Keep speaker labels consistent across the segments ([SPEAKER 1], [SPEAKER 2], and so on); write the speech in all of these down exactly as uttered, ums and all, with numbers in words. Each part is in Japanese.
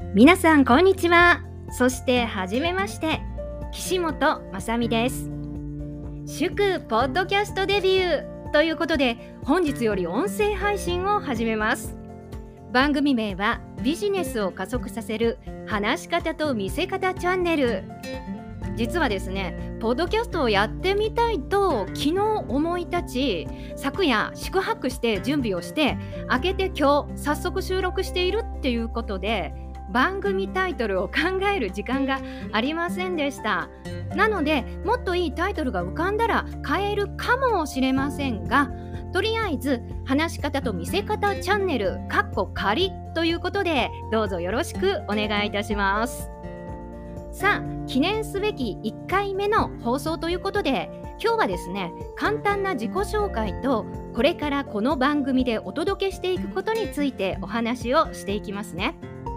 [SPEAKER 1] 皆さんこんにちは。そしてはじめまして、岸本まさみです。祝ポッドキャストデビューということで、本日より音声配信を始めます。番組名はビジネスを加速させる話し方と見せ方チャンネル。実はですね、ポッドキャストをやってみたいと昨日思い立ち、昨夜宿泊して準備をして、明けて今日早速収録しているっていうことで、番組タイトルを考える時間がありませんでした。なので、もっといいタイトルが浮かんだら変えるかもしれませんが、とりあえず話し方と見せ方チャンネルかっこ仮ということで、どうぞよろしくお願いいたします。さあ、記念すべきいっかいめの放送ということで、今日はですね、簡単な自己紹介とこれからこの番組でお届けしていくことについてお話をしていきますね。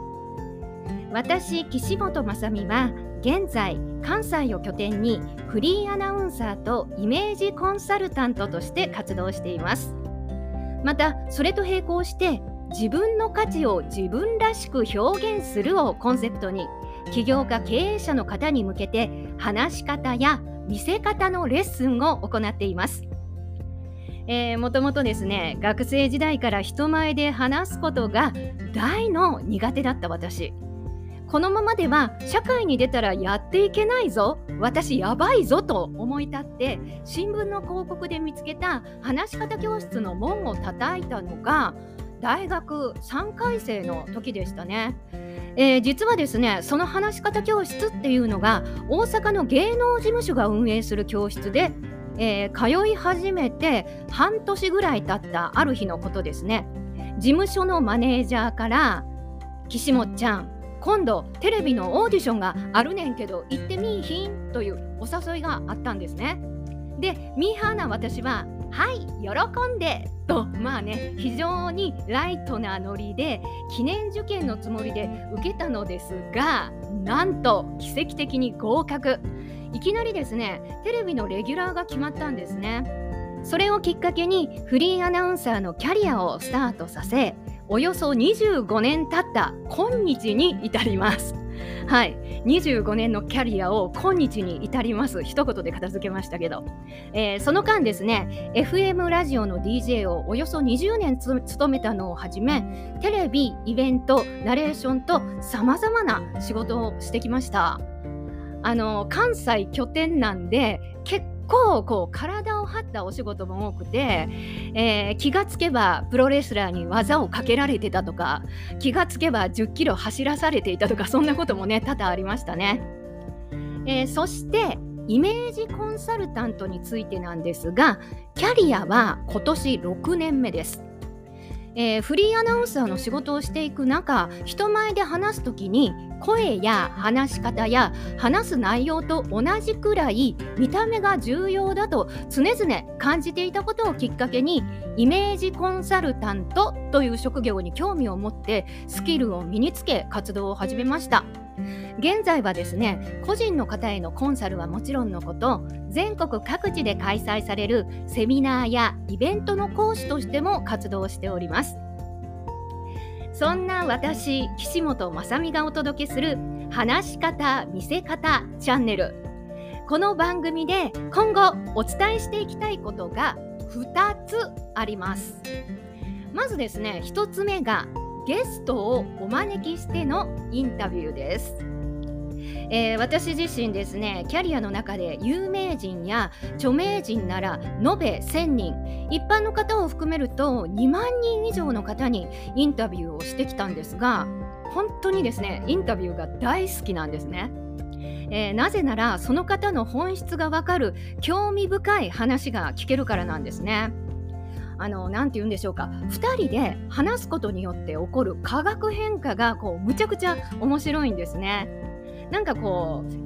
[SPEAKER 1] 私、岸本まさみは現在関西を拠点にフリーアナウンサーとイメージコンサルタントとして活動しています。またそれと並行して自分の価値を自分らしく表現するをコンセプトに、起業家経営者の方に向けて話し方や見せ方のレッスンを行っています。えー、もともとですね、学生時代から人前で話すことが大の苦手だった私。このままでは社会に出たらやっていけないぞ、私やばいぞと思い立って、新聞の広告で見つけた話し方教室の門を叩いたのが大学さんかい生の時でしたね。えー、実はですね、その話し方教室っていうのが大阪の芸能事務所が運営する教室で、えー、通い始めて半年ぐらい経ったある日のことですね。事務所のマネージャーから、岸本ちゃん、今度テレビのオーディションがあるねんけど行ってみいひんというお誘いがあったんですね。で、ミーハーな私ははい喜んでと、まあね、非常にライトなノリで記念受験のつもりで受けたのですが、なんと奇跡的に合格。いきなりですね、テレビのレギュラーが決まったんですね。それをきっかけにフリーアナウンサーのキャリアをスタートさせ、およそにじゅうごねん経った今日に至ります。はい、にじゅうごねんのキャリアを今日に至ります。一言で片付けましたけど、えー、その間ですね、 エフエム ラジオの ディージェー をおよそにじゅうねんつ務めたのをはじめ、テレビ、イベント、ナレーションとさまざまな仕事をしてきました。あの関西拠点なんで、結構こう体を張ったお仕事も多くて、えー、気がつけばプロレスラーに技をかけられてたとか、気がつけばじゅっキロ走らされていたとか、そんなこともね多々ありましたね。えー、そしてイメージコンサルタントについてなんですが、キャリアは今年ろくねんめです。えー、フリーアナウンサーの仕事をしていく中、人前で話すときに声や話し方や話す内容と同じくらい見た目が重要だと常々感じていたことをきっかけに、イメージコンサルタントという職業に興味を持ってスキルを身につけ活動を始めました。現在はですね、個人の方へのコンサルはもちろんのこと、全国各地で開催されるセミナーやイベントの講師としても活動しております。そんな私、岸本まさみがお届けする話し方見せ方チャンネル。この番組で今後お伝えしていきたいことがふたつあります。まずですね、ひとつめがゲストをお招きしてのインタビューです。えー、私自身ですね、キャリアの中で有名人や著名人なら延べせんにん、一般の方を含めるとにまんにん以上の方にインタビューをしてきたんですが、本当にですね、インタビューが大好きなんですね。えー、なぜならその方の本質がわかる興味深い話が聞けるからなんですね。あのなんて言うんでしょうか、ふたりで話すことによって起こる化学変化がこうむちゃくちゃ面白いんですね。なんかこう、うん、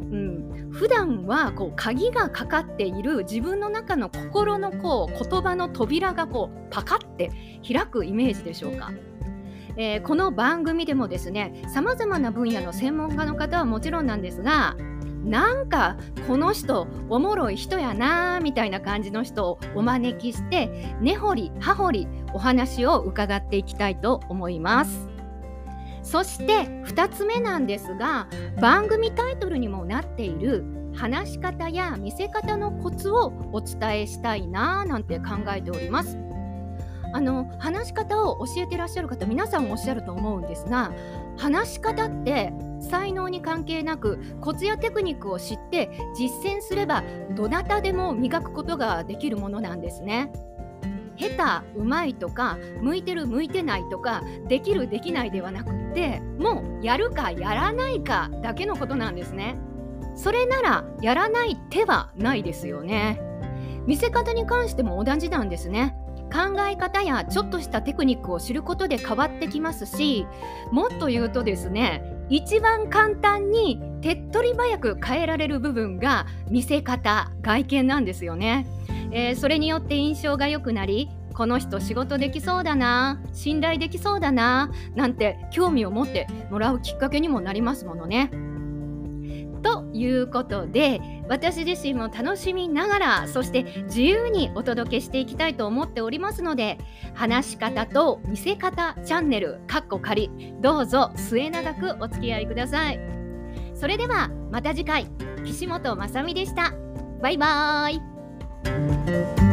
[SPEAKER 1] 普段はこう鍵がかかっている自分の中の心のこう言葉の扉がこうパカって開くイメージでしょうか。えー、この番組でもですね、さまざまな分野の専門家の方はもちろんなんですが、なんかこの人おもろい人やなみたいな感じの人をお招きして根掘り葉掘りお話を伺っていきたいと思います。 そしてふたつめなんですが、番組タイトルにもなっている話し方や見せ方のコツをお伝えしたいななんて考えております。あの話し方を教えてらっしゃる方、皆さんもおっしゃると思うんですが、話し方って才能に関係なくコツやテクニックを知って実践すればどなたでも磨くことができるものなんですね。下手うまいとか向いてる向いてないとかできるできないではなくって、もうやるかやらないかだけのことなんですね。それならやらない手はないですよね。見せ方に関しても同じなんですね。考え方やちょっとしたテクニックを知ることで変わってきますし、もっと言うとですね、一番簡単に手っ取り早く変えられる部分が見せ方、外見なんですよね。えーそれによって印象が良くなり、この人仕事できそうだな、信頼できそうだななんて興味を持ってもらうきっかけにもなりますものね。ということで、私自身も楽しみながら、そして自由にお届けしていきたいと思っておりますので、話し方と見せ方チャンネルかっこ仮、どうぞ末永くお付き合いください。それではまた次回、岸本まさみでした。バイバーイ。